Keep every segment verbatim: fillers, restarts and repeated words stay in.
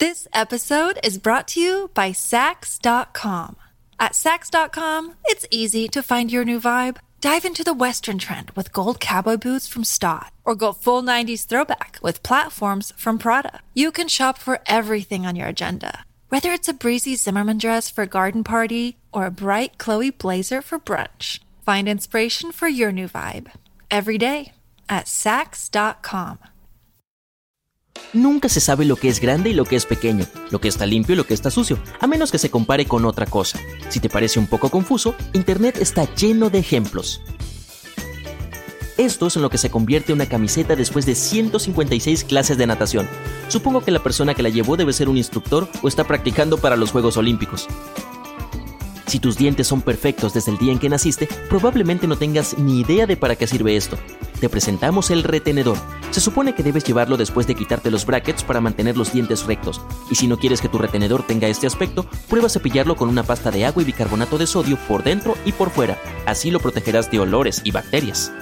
This episode is brought to you by Sax dot com. At Sax dot com, it's easy to find your new vibe. Dive into the Western trend with gold cowboy boots from Stott, or go full nineties throwback with platforms from Prada. You can shop for everything on your agenda, whether it's a breezy Zimmermann dress for a garden party or a bright Chloe blazer for brunch. Find inspiration for your new vibe every day at Sax dot com. Nunca se sabe lo que es grande y lo que es pequeño, lo que está limpio y lo que está sucio, a menos que se compare con otra cosa. Si te parece un poco confuso, Internet está lleno de ejemplos. Esto es en lo que se convierte una camiseta después de ciento cincuenta y seis clases de natación. Supongo que la persona que la llevó debe ser un instructor o está practicando para los Juegos Olímpicos. Si tus dientes son perfectos desde el día en que naciste, probablemente no tengas ni idea de para qué sirve esto. Te presentamos el retenedor. Se supone que debes llevarlo después de quitarte los brackets para mantener los dientes rectos. Y si no quieres que tu retenedor tenga este aspecto, prueba a cepillarlo con una pasta de agua y bicarbonato de sodio por dentro y por fuera. Así lo protegerás de olores y bacterias.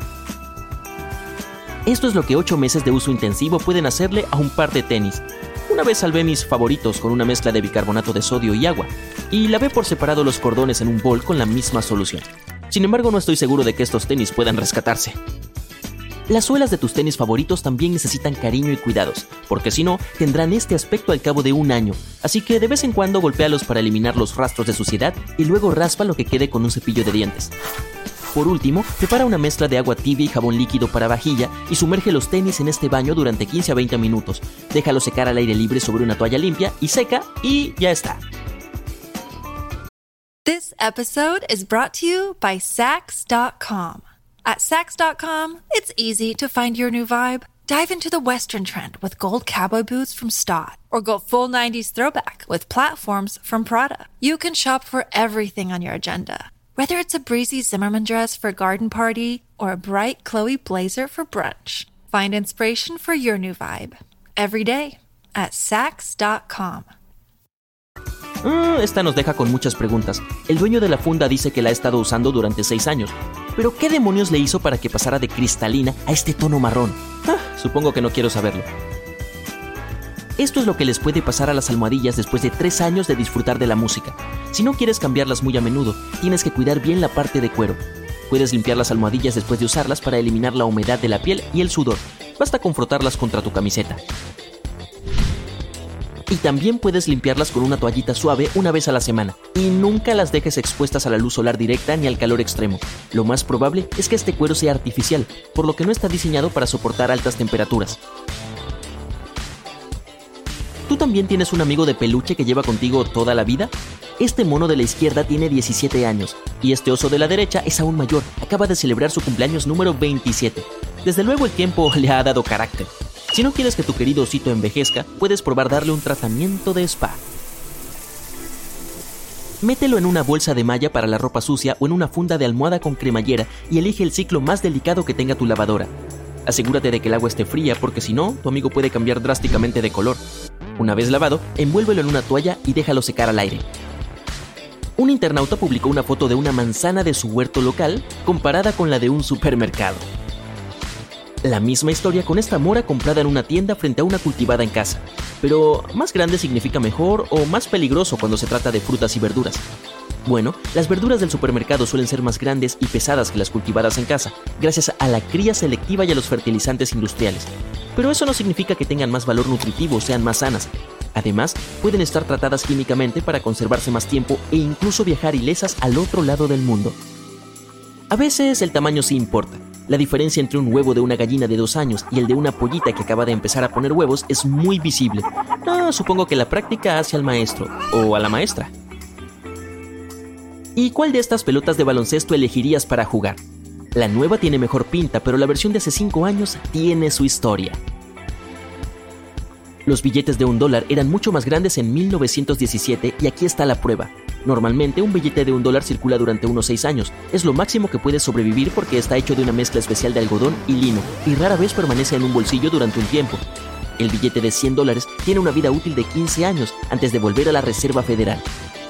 Esto es lo que ocho meses de uso intensivo pueden hacerle a un par de tenis. Una vez salvé mis favoritos con una mezcla de bicarbonato de sodio y agua, y lavé por separado los cordones en un bol con la misma solución. Sin embargo, no estoy seguro de que estos tenis puedan rescatarse. Las suelas de tus tenis favoritos también necesitan cariño y cuidados, porque si no, tendrán este aspecto al cabo de un año. Así que de vez en cuando golpéalos para eliminar los rastros de suciedad y luego raspa lo que quede con un cepillo de dientes. Por último, prepara una mezcla de agua tibia y jabón líquido para vajilla y sumerge los tenis en este baño durante quince a veinte minutos. Déjalo secar al aire libre sobre una toalla limpia y seca y ya está. This episode is brought to you by Sax dot com. At Sax dot com, it's easy to find your new vibe. Dive into the Western trend with gold cowboy boots from Stott, or go full nineties throwback with platforms from Prada. You can shop for everything on your agenda, whether it's a breezy Zimmermann dress for a garden party or a bright Chloe blazer for brunch. Find inspiration for your new vibe every day at Sax dot com. Mm, esta nos deja con muchas preguntas. El dueño de la funda dice que la ha estado usando durante seis años. ¿Pero qué demonios le hizo para que pasara de cristalina a este tono marrón? Ah, supongo que no quiero saberlo. Esto es lo que les puede pasar a las almohadillas después de tres años de disfrutar de la música. Si no quieres cambiarlas muy a menudo, tienes que cuidar bien la parte de cuero. Puedes limpiar las almohadillas después de usarlas para eliminar la humedad de la piel y el sudor. Basta con frotarlas contra tu camiseta. Y también puedes limpiarlas con una toallita suave una vez a la semana. Y nunca las dejes expuestas a la luz solar directa ni al calor extremo. Lo más probable es que este cuero sea artificial, por lo que no está diseñado para soportar altas temperaturas. ¿Tú también tienes un amigo de peluche que lleva contigo toda la vida? Este mono de la izquierda tiene diecisiete años, y este oso de la derecha es aún mayor, acaba de celebrar su cumpleaños número veintisiete. Desde luego el tiempo le ha dado carácter. Si no quieres que tu querido osito envejezca, puedes probar darle un tratamiento de spa. Mételo en una bolsa de malla para la ropa sucia o en una funda de almohada con cremallera y elige el ciclo más delicado que tenga tu lavadora. Asegúrate de que el agua esté fría porque si no, tu amigo puede cambiar drásticamente de color. Una vez lavado, envuélvelo en una toalla y déjalo secar al aire. Un internauta publicó una foto de una manzana de su huerto local comparada con la de un supermercado. La misma historia con esta mora comprada en una tienda frente a una cultivada en casa. Pero más grande significa mejor o más peligroso cuando se trata de frutas y verduras. Bueno, las verduras del supermercado suelen ser más grandes y pesadas que las cultivadas en casa, gracias a la cría selectiva y a los fertilizantes industriales. Pero eso no significa que tengan más valor nutritivo o sean más sanas. Además, pueden estar tratadas químicamente para conservarse más tiempo e incluso viajar ilesas al otro lado del mundo. A veces el tamaño sí importa. La diferencia entre un huevo de una gallina de dos años y el de una pollita que acaba de empezar a poner huevos es muy visible. Ah, supongo que la práctica hace al maestro o a la maestra. ¿Y cuál de estas pelotas de baloncesto elegirías para jugar? La nueva tiene mejor pinta, pero la versión de hace cinco años tiene su historia. Los billetes de un dólar eran mucho más grandes en mil novecientos diecisiete y aquí está la prueba. Normalmente un billete de un dólar circula durante unos seis años. Es lo máximo que puede sobrevivir porque está hecho de una mezcla especial de algodón y lino y rara vez permanece en un bolsillo durante un tiempo. El billete de cien dólares tiene una vida útil de quince años antes de volver a la Reserva Federal.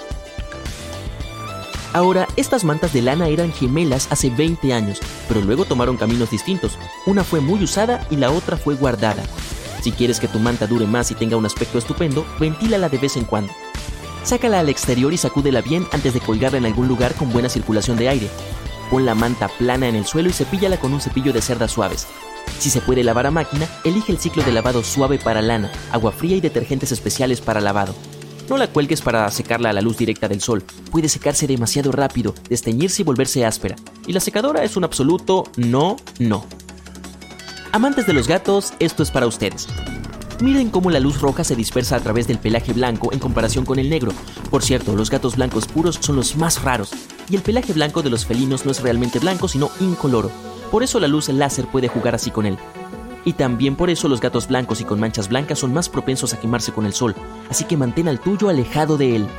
Ahora, estas mantas de lana eran gemelas hace veinte años, pero luego tomaron caminos distintos. Una fue muy usada y la otra fue guardada. Si quieres que tu manta dure más y tenga un aspecto estupendo, ventílala de vez en cuando. Sácala al exterior y sacúdela bien antes de colgarla en algún lugar con buena circulación de aire. Pon la manta plana en el suelo y cepíllala con un cepillo de cerdas suaves. Si se puede lavar a máquina, elige el ciclo de lavado suave para lana, agua fría y detergentes especiales para lavado. No la cuelgues para secarla a la luz directa del sol. Puede secarse demasiado rápido, desteñirse y volverse áspera. Y la secadora es un absoluto no, no. Amantes de los gatos, esto es para ustedes. Miren cómo la luz roja se dispersa a través del pelaje blanco en comparación con el negro. Por cierto, los gatos blancos puros son los más raros, y el pelaje blanco de los felinos no es realmente blanco, sino incoloro. Por eso la luz láser puede jugar así con él. Y también por eso los gatos blancos y con manchas blancas son más propensos a quemarse con el sol, así que mantén al tuyo alejado de él.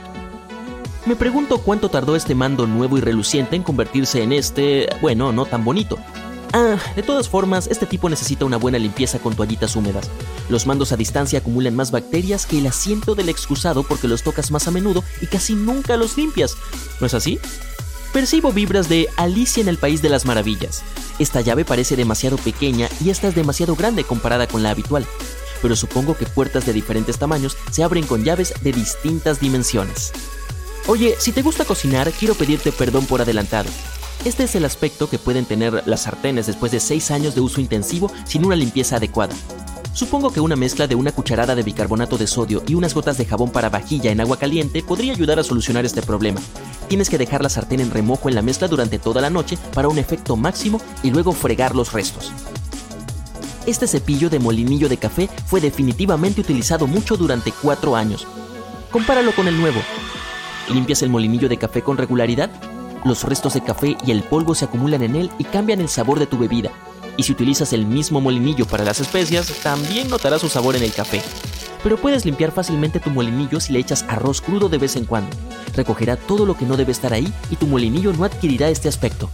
Me pregunto cuánto tardó este mando nuevo y reluciente en convertirse en este, bueno, no tan bonito. Ah, de todas formas, este tipo necesita una buena limpieza con toallitas húmedas. Los mandos a distancia acumulan más bacterias que el asiento del excusado porque los tocas más a menudo y casi nunca los limpias. ¿No es así? Percibo vibras de Alicia en el País de las Maravillas. Esta llave parece demasiado pequeña y esta es demasiado grande comparada con la habitual. Pero supongo que puertas de diferentes tamaños se abren con llaves de distintas dimensiones. Oye, si te gusta cocinar, quiero pedirte perdón por adelantado. Este es el aspecto que pueden tener las sartenes después de seis años de uso intensivo sin una limpieza adecuada. Supongo que una mezcla de una cucharada de bicarbonato de sodio y unas gotas de jabón para vajilla en agua caliente podría ayudar a solucionar este problema. Tienes que dejar la sartén en remojo en la mezcla durante toda la noche para un efecto máximo y luego fregar los restos. Este cepillo de molinillo de café fue definitivamente utilizado mucho durante cuatro años. Compáralo con el nuevo. ¿Limpias el molinillo de café con regularidad? Los restos de café y el polvo se acumulan en él y cambian el sabor de tu bebida. Y si utilizas el mismo molinillo para las especias, también notarás su sabor en el café. Pero puedes limpiar fácilmente tu molinillo si le echas arroz crudo de vez en cuando. Recogerá todo lo que no debe estar ahí y tu molinillo no adquirirá este aspecto.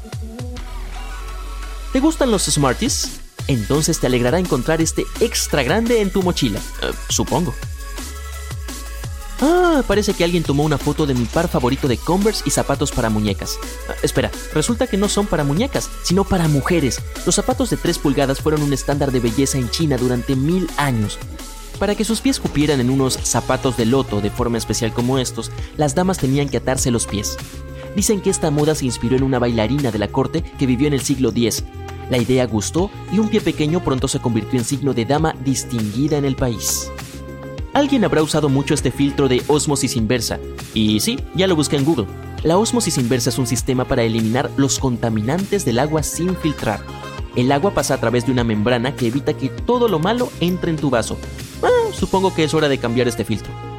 ¿Te gustan los Smarties? Entonces te alegrará encontrar este extra grande en tu mochila. Eh, supongo. Ah, parece que alguien tomó una foto de mi par favorito de Converse y zapatos para muñecas. Ah, espera, resulta que no son para muñecas, sino para mujeres. Los zapatos de tres pulgadas fueron un estándar de belleza en China durante mil años. Para que sus pies cupieran en unos zapatos de loto de forma especial como estos, las damas tenían que atarse los pies. Dicen que esta moda se inspiró en una bailarina de la corte que vivió en el siglo diez. La idea gustó y un pie pequeño pronto se convirtió en signo de dama distinguida en el país. Alguien habrá usado mucho este filtro de ósmosis inversa. Y sí, ya lo busqué en Google. La ósmosis inversa es un sistema para eliminar los contaminantes del agua sin filtrar. El agua pasa a través de una membrana que evita que todo lo malo entre en tu vaso. Ah, supongo que es hora de cambiar este filtro.